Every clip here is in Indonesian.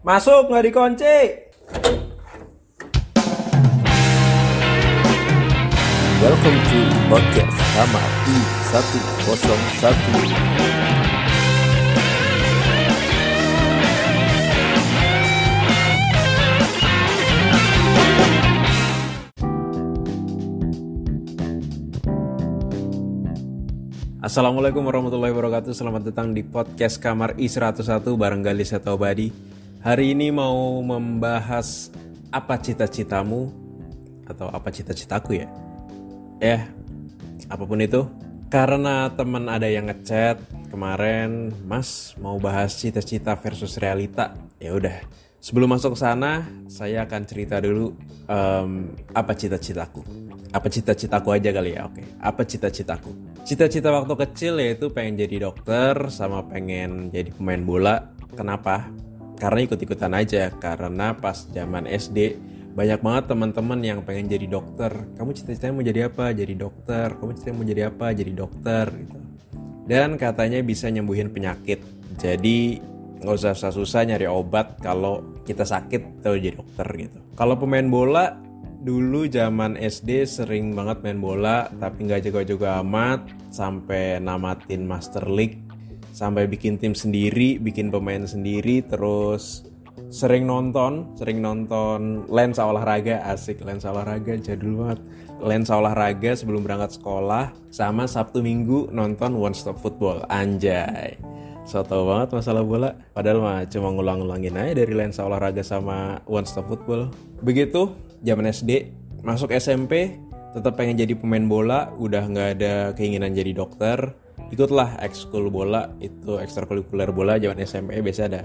Masuk nggak dikunci. Welcome to podcast Kamar I101. Assalamualaikum warahmatullahi wabarakatuh. Selamat datang di podcast Kamar I101 bareng Galis atau Badi. Hari ini mau membahas apa cita-citamu atau apa cita-citaku ya. Apapun itu. Karena teman ada yang ngechat kemarin, Mas mau bahas cita-cita versus realita. Ya udah. Sebelum masuk ke sana, saya akan cerita dulu apa cita-citaku. Apa cita-citaku aja kali ya, oke. Apa cita-citaku? Cita-cita waktu kecil yaitu pengen jadi dokter sama pengen jadi pemain bola. Kenapa? Karena ikut-ikutan aja. Karena pas zaman SD banyak banget teman-teman yang pengen jadi dokter. Kamu cita-citanya mau jadi apa? Jadi dokter. Kamu cita-citanya mau jadi apa? Jadi dokter gitu. Dan katanya bisa nyembuhin penyakit. Jadi nggak usah susah-susah nyari obat kalau kita sakit atau jadi dokter gitu. Kalau pemain bola, dulu zaman SD sering banget main bola, tapi nggak jago-jago amat, sampai namatin Master League, sampai bikin tim sendiri, bikin pemain sendiri, terus sering nonton lensa olahraga, asik lensa olahraga, jadul banget. Lensa olahraga sebelum berangkat sekolah, sama Sabtu Minggu nonton One Stop Football, anjay. So tau banget masalah bola, padahal mah cuma ngulang-ngulangin aja dari lensa olahraga sama One Stop Football. Begitu zaman SD, masuk SMP tetap pengen jadi pemain bola, udah nggak ada keinginan jadi dokter. Ikutlah ekskul bola, itu ekstrakurikuler bola. Zaman SMP biasa ada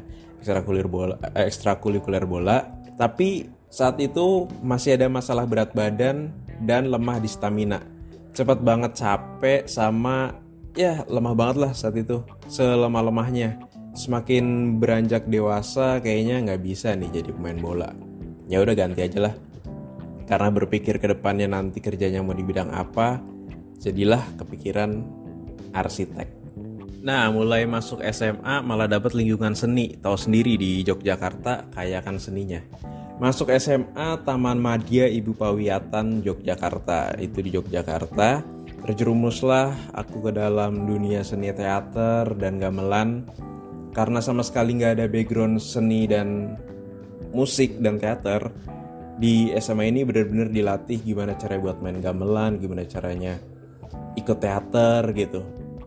ekstrakurikuler bola. Tapi saat itu masih ada masalah berat badan dan lemah di stamina. Cepat banget capek sama lemah banget lah saat itu, selemah-lemahnya. Semakin beranjak dewasa kayaknya nggak bisa nih jadi pemain bola. Ya udah ganti aja lah. Karena berpikir ke depannya nanti kerjanya mau di bidang apa, jadilah kepikiran arsitek. Nah, mulai masuk SMA malah dapat lingkungan seni. Tahu sendiri di Yogyakarta kayak kan seninya. Masuk SMA Taman Madya Ibu Pawiatan Yogyakarta. Itu di Yogyakarta. Terjerumuslah aku ke dalam dunia seni teater dan gamelan. Karena sama sekali gak ada background seni dan musik dan teater, di SMA ini benar-benar dilatih gimana cara buat main gamelan, gimana caranya ikut teater gitu.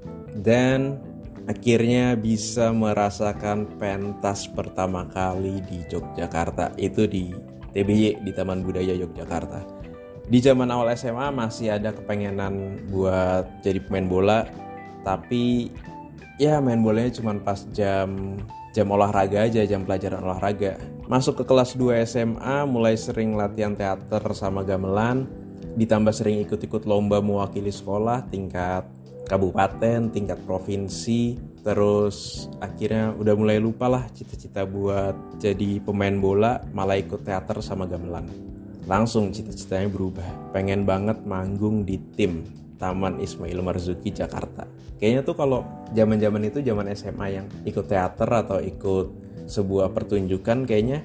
Dan akhirnya bisa merasakan pentas pertama kali di Yogyakarta, itu di TBY, di Taman Budaya Yogyakarta. Di zaman awal SMA masih ada kepengenan buat jadi pemain bola, tapi main bolanya cuma pas jam olahraga aja, jam pelajaran olahraga. Masuk ke kelas 2 SMA mulai sering latihan teater sama gamelan, ditambah sering ikut-ikut lomba mewakili sekolah tingkat kabupaten, tingkat provinsi. Terus akhirnya udah mulai lupa lah cita-cita buat jadi pemain bola, malah ikut teater sama gamelan. Langsung cita-citanya berubah, pengen banget manggung di tim Taman Ismail Marzuki Jakarta. Kayaknya tuh kalau zaman-zaman itu, zaman SMA yang ikut teater atau ikut sebuah pertunjukan, kayaknya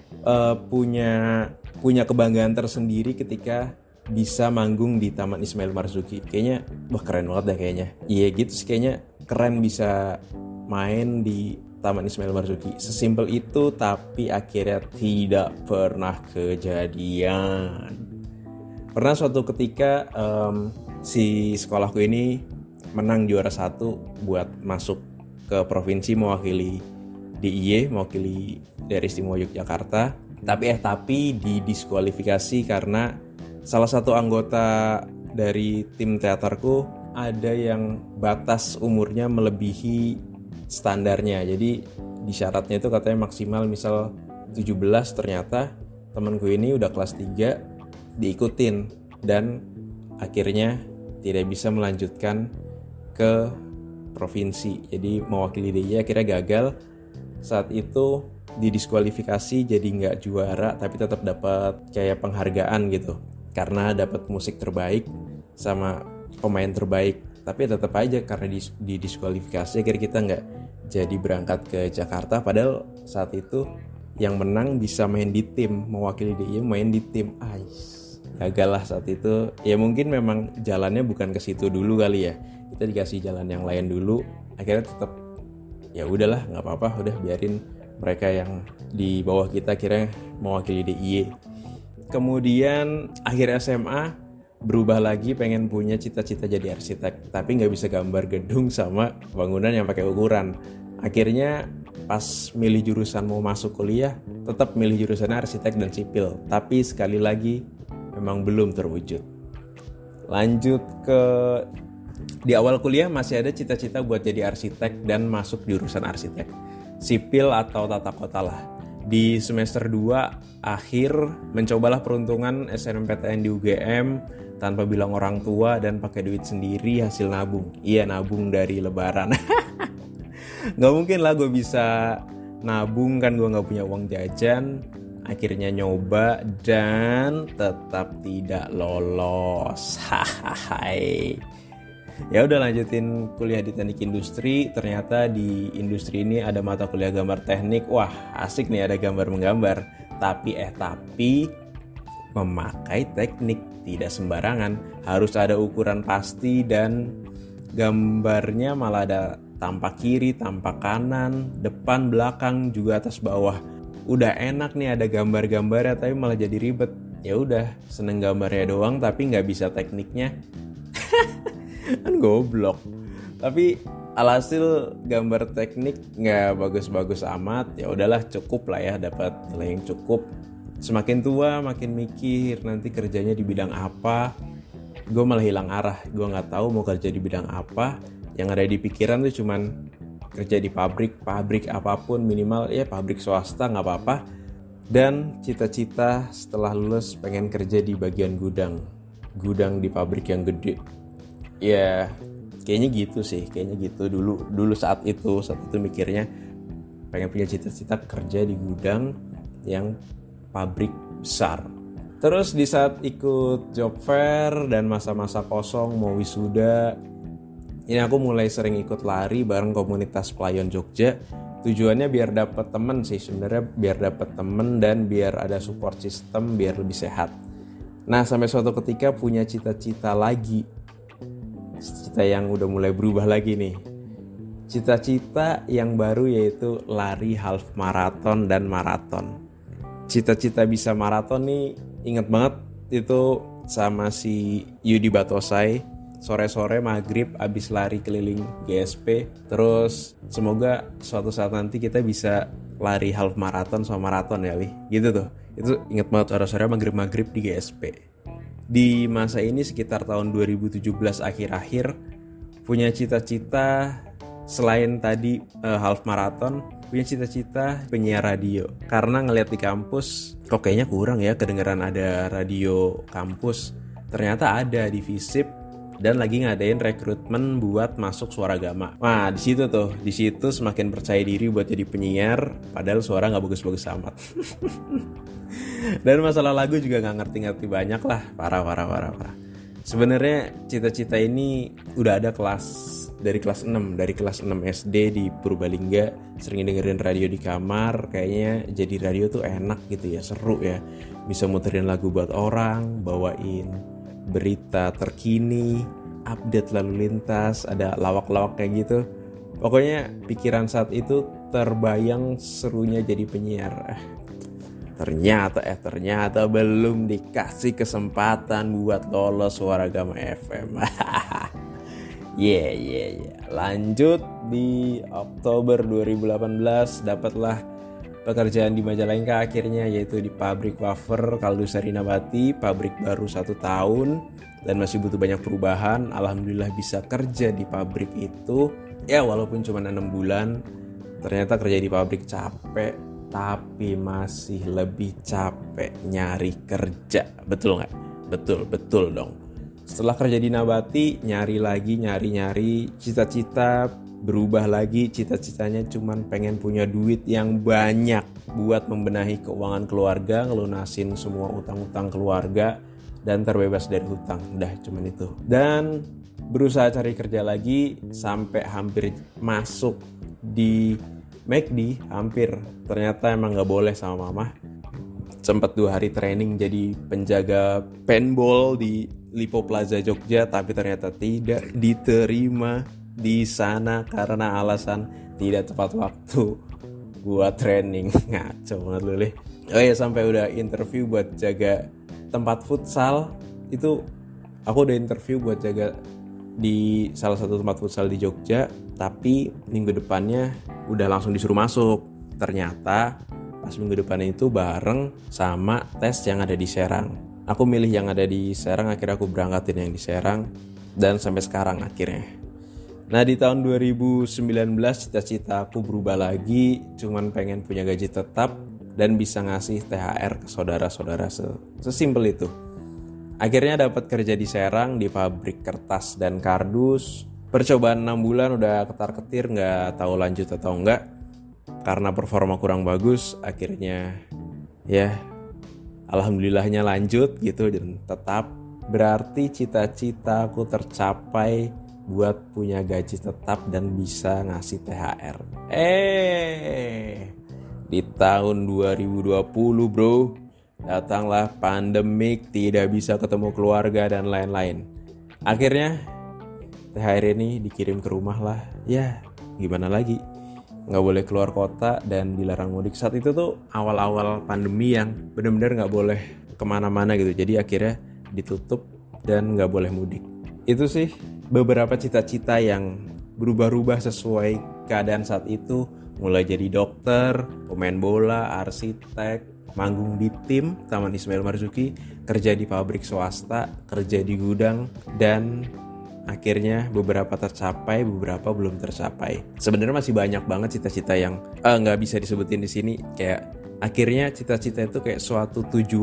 punya kebanggaan tersendiri ketika bisa manggung di Taman Ismail Marzuki. Kayaknya keren banget deh kayaknya. Iya gitu sih, kayaknya keren bisa main di Taman Ismail Marzuki. Sesimpel itu, tapi akhirnya tidak pernah kejadian. Pernah suatu ketika si sekolahku ini menang juara 1 buat masuk ke provinsi mewakili DIY, mewakili Daerah Istimewa Yogyakarta. Tapi didiskualifikasi karena salah satu anggota dari tim teaterku ada yang batas umurnya melebihi standarnya. Jadi di syaratnya itu katanya maksimal misal 17, ternyata temanku ini udah kelas 3 diikutin dan akhirnya tidak bisa melanjutkan ke provinsi. Jadi mewakili DIY akhirnya gagal. Saat itu didiskualifikasi, jadi nggak juara, tapi tetap dapat kayak penghargaan gitu karena dapat musik terbaik sama pemain terbaik. Tapi tetap aja karena didiskualifikasi akhirnya kita nggak jadi berangkat ke Jakarta. Padahal saat itu yang menang bisa main di tim, mewakili DIY main di tim. Gagal lah saat itu. Ya mungkin memang jalannya bukan ke situ dulu kali ya. Kita dikasih jalan yang lain dulu. Akhirnya tetap ya udahlah, nggak apa-apa, udah biarin mereka yang di bawah kita kira mewakili DIY. Kemudian akhir SMA berubah lagi, pengen punya cita-cita jadi arsitek, tapi nggak bisa gambar gedung sama bangunan yang pakai ukuran. Akhirnya pas milih jurusan mau masuk kuliah, tetap milih jurusan arsitek dan sipil, tapi sekali lagi memang belum terwujud. Lanjut ke di awal kuliah masih ada cita-cita buat jadi arsitek dan masuk jurusan arsitek, sipil atau tata kota lah. Di semester 2 akhir mencobalah peruntungan SNMPTN di UGM tanpa bilang orang tua dan pakai duit sendiri hasil nabung. Iya, nabung dari lebaran. Gak mungkin lah gue bisa nabung, kan gue gak punya uang jajan. Akhirnya nyoba dan tetap tidak lolos. Hahaha. Ya udah, lanjutin kuliah di teknik industri. Ternyata di industri ini ada mata kuliah gambar teknik. Wah, asik nih, ada gambar menggambar. Tapi memakai teknik tidak sembarangan. Harus ada ukuran pasti dan gambarnya malah ada tampak kiri, tampak kanan, depan, belakang, juga atas bawah. Udah enak nih ada gambar-gambarnya, tapi malah jadi ribet. Ya udah, seneng gambarnya doang tapi nggak bisa tekniknya. Kan goblok. Tapi alhasil gambar teknik nggak bagus-bagus amat. Ya udahlah, cukup lah ya, dapat nilai yang cukup. Semakin tua makin mikir nanti kerjanya di bidang apa. Gue malah hilang arah. Gue nggak tahu mau kerja di bidang apa. Yang ada di pikiran tuh cuman kerja di pabrik apapun, minimal ya pabrik swasta nggak apa-apa. Dan cita-cita setelah lulus pengen kerja di bagian gudang di pabrik yang gede. Ya kayaknya gitu sih, dulu saat itu mikirnya pengen punya cita-cita kerja di gudang yang pabrik besar. Terus di saat ikut job fair dan masa-masa kosong mau wisuda, ini aku mulai sering ikut lari bareng komunitas Pelayon Jogja. Tujuannya biar dapat temen sih sebenarnya, biar dapat temen dan biar ada support system, biar lebih sehat. Nah, sampai suatu ketika punya cita-cita lagi. Cita yang udah mulai berubah lagi nih. Cita-cita yang baru yaitu lari half marathon dan maraton. Cita-cita bisa maraton nih inget banget itu sama si Yudi Batosai. Sore-sore maghrib abis lari keliling GSP. Terus semoga suatu saat nanti kita bisa lari half marathon sama maraton ya Li. Gitu tuh. Itu inget banget, sore-sore maghrib di GSP. Di masa ini sekitar tahun 2017 akhir-akhir punya cita-cita selain tadi half marathon, punya cita-cita penyiar radio. Karena ngeliat di kampus kok kayaknya kurang ya kedengeran ada radio kampus. Ternyata ada di FISIP dan lagi ngadain rekrutmen buat masuk Suaragama. Nah, di situ semakin percaya diri buat jadi penyiar, padahal suara nggak bagus-bagus amat. Dan masalah lagu juga nggak ngerti banyak lah, parah. Sebenarnya cita-cita ini udah ada dari kelas 6 SD di Purbalingga, sering dengerin radio di kamar. Kayaknya jadi radio tuh enak gitu ya, seru ya, bisa muterin lagu buat orang, bawain berita terkini, update lalu lintas, ada lawak-lawak kayak gitu. Pokoknya pikiran saat itu terbayang serunya jadi penyiar. Ternyata belum dikasih kesempatan buat lolos Suaragama FM. Yeah. Lanjut di Oktober 2018 dapatlah pekerjaan di Majalengka akhirnya, yaitu di pabrik wafer kaldu sari nabati. Pabrik baru 1 tahun dan masih butuh banyak perubahan. Alhamdulillah bisa kerja di pabrik itu. Ya walaupun cuma 6 bulan. Ternyata kerja di pabrik capek, tapi masih lebih capek nyari kerja. Betul gak? Betul dong. Setelah kerja di Nabati, nyari cita-cita berubah lagi. Cita-citanya cuman pengen punya duit yang banyak buat membenahi keuangan keluarga, ngelunasin semua utang-utang keluarga, dan terbebas dari hutang. Udah cuman itu. Dan berusaha cari kerja lagi sampai hampir masuk di McD hampir. Ternyata emang gak boleh sama mama. Sempat 2 hari training jadi penjaga paintball di Lipo Plaza Jogja, tapi ternyata tidak diterima di sana karena alasan tidak tepat waktu buat training. Ngaco banget lu, Le. Oh ya, sampai udah interview buat jaga tempat futsal. Itu aku udah interview buat jaga di salah satu tempat futsal di Jogja, tapi minggu depannya udah langsung disuruh masuk. Ternyata pas minggu depannya itu bareng sama tes yang ada di Serang. Aku milih yang ada di Serang, akhirnya aku berangkatin yang di Serang, dan sampai sekarang akhirnya. Nah, di tahun 2019 cita-cita aku berubah lagi, cuman pengen punya gaji tetap dan bisa ngasih THR ke saudara-saudara, sesimpel itu. Akhirnya dapat kerja di Serang di pabrik kertas dan kardus. Percobaan 6 bulan udah ketar-ketir, nggak tahu lanjut atau enggak. Karena performa kurang bagus, akhirnya ya alhamdulillahnya lanjut gitu dan tetap. Berarti cita-cita aku tercapai buat punya gaji tetap dan bisa ngasih THR. Di tahun 2020 bro, datanglah pandemik, tidak bisa ketemu keluarga dan lain-lain. Akhirnya THR ini dikirim ke rumah lah. Ya gimana lagi, nggak boleh keluar kota dan dilarang mudik. Saat itu tuh awal-awal pandemi yang benar-benar nggak boleh kemana-mana gitu. Jadi akhirnya ditutup dan nggak boleh mudik. Itu sih beberapa cita-cita yang berubah-ubah sesuai keadaan saat itu. Mulai jadi dokter, pemain bola, arsitek, manggung di tim Taman Ismail Marzuki, kerja di pabrik swasta, kerja di gudang, dan akhirnya beberapa tercapai, beberapa belum tercapai. Sebenarnya masih banyak banget cita-cita yang nggak bisa disebutin di sini. Kayak akhirnya cita-cita itu kayak suatu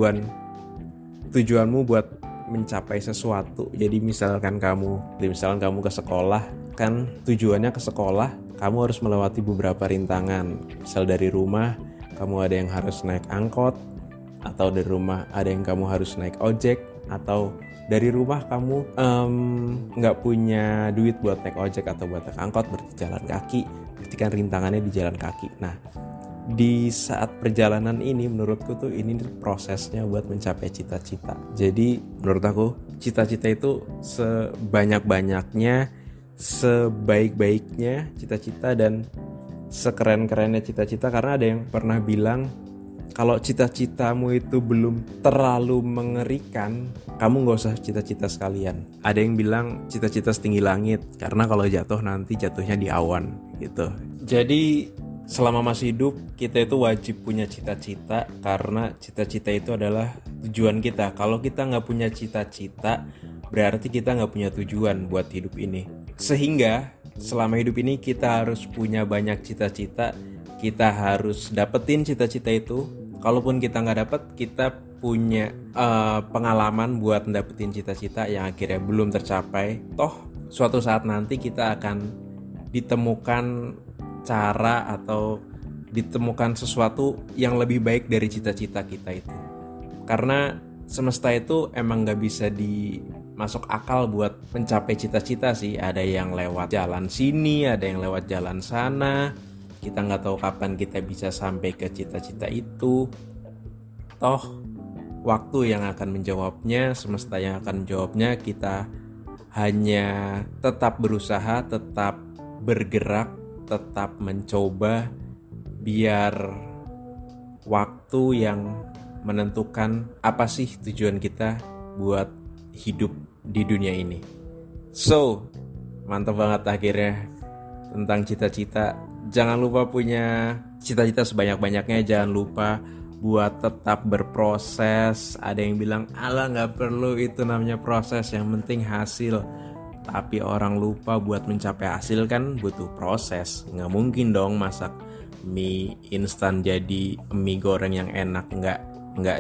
tujuanmu buat mencapai sesuatu. Jadi misalkan kamu ke sekolah, kan tujuannya ke sekolah, kamu harus melewati beberapa rintangan. Misal dari rumah kamu ada yang harus naik angkot, atau dari rumah ada yang kamu harus naik ojek, atau dari rumah kamu nggak punya duit buat naik ojek atau buat naik angkot, berarti jalan kaki. Berarti kan rintangannya di jalan kaki. Nah, di saat perjalanan ini menurutku tuh ini prosesnya buat mencapai cita-cita. Jadi menurut aku cita-cita itu sebanyak-banyaknya, sebaik-baiknya cita-cita dan sekeren-kerennya cita-cita. Karena ada yang pernah bilang kalau cita-citamu itu belum terlalu mengerikan, kamu gak usah cita-cita sekalian. Ada yang bilang cita-cita setinggi langit, karena kalau jatuh nanti jatuhnya di awan gitu. Jadi selama masih hidup kita itu wajib punya cita-cita, karena cita-cita itu adalah tujuan kita. Kalau kita gak punya cita-cita, berarti kita gak punya tujuan buat hidup ini. Sehingga selama hidup ini kita harus punya banyak cita-cita. Kita harus dapetin cita-cita itu. Kalaupun kita gak dapet, kita punya pengalaman buat dapetin cita-cita yang akhirnya belum tercapai. Toh suatu saat nanti kita akan ditemukan cara atau ditemukan sesuatu yang lebih baik dari cita-cita kita itu. Karena semesta itu emang gak bisa dimasuk akal buat mencapai cita-cita sih. Ada yang lewat jalan sini, ada yang lewat jalan sana. Kita gak tahu kapan kita bisa sampai ke cita-cita itu. Toh waktu yang akan menjawabnya, semesta yang akan menjawabnya. Kita hanya tetap berusaha, tetap bergerak, tetap mencoba, biar waktu yang menentukan apa sih tujuan kita buat hidup di dunia ini. So, mantap banget akhirnya tentang cita-cita. Jangan lupa punya cita-cita sebanyak-banyaknya. Jangan lupa buat tetap berproses. Ada yang bilang, alah gak perlu itu namanya proses, yang penting hasil. Tapi orang lupa buat mencapai hasil kan butuh proses. Gak mungkin dong masak mie instan jadi mie goreng yang enak nggak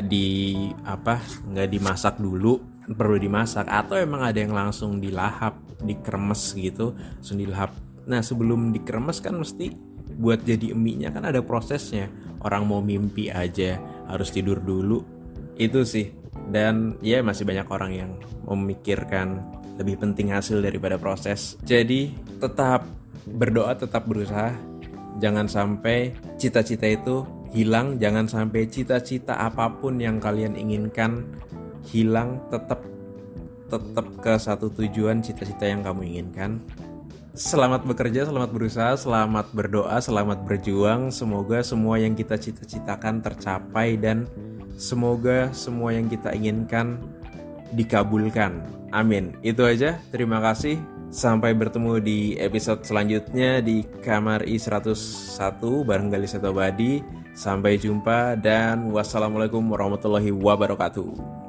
dimasak dulu, perlu dimasak. Atau emang ada yang langsung dilahap, dikremes gitu, langsung dilahap. Nah sebelum dikremes kan mesti buat jadi mie-nya kan ada prosesnya. Orang mau mimpi aja harus tidur dulu. Itu sih. Dan ya masih banyak orang yang memikirkan lebih penting hasil daripada proses. Jadi tetap berdoa, tetap berusaha. Jangan sampai cita-cita itu hilang, jangan sampai cita-cita apapun yang kalian inginkan hilang, tetap ke satu tujuan cita-cita yang kamu inginkan. Selamat bekerja, selamat berusaha, selamat berdoa, selamat berjuang. Semoga semua yang kita cita-citakan tercapai dan semoga semua yang kita inginkan dikabulkan. Amin. Itu aja. Terima kasih. Sampai bertemu di episode selanjutnya di Kamar I101 bareng Galis Setobadi. Sampai jumpa dan wassalamualaikum warahmatullahi wabarakatuh.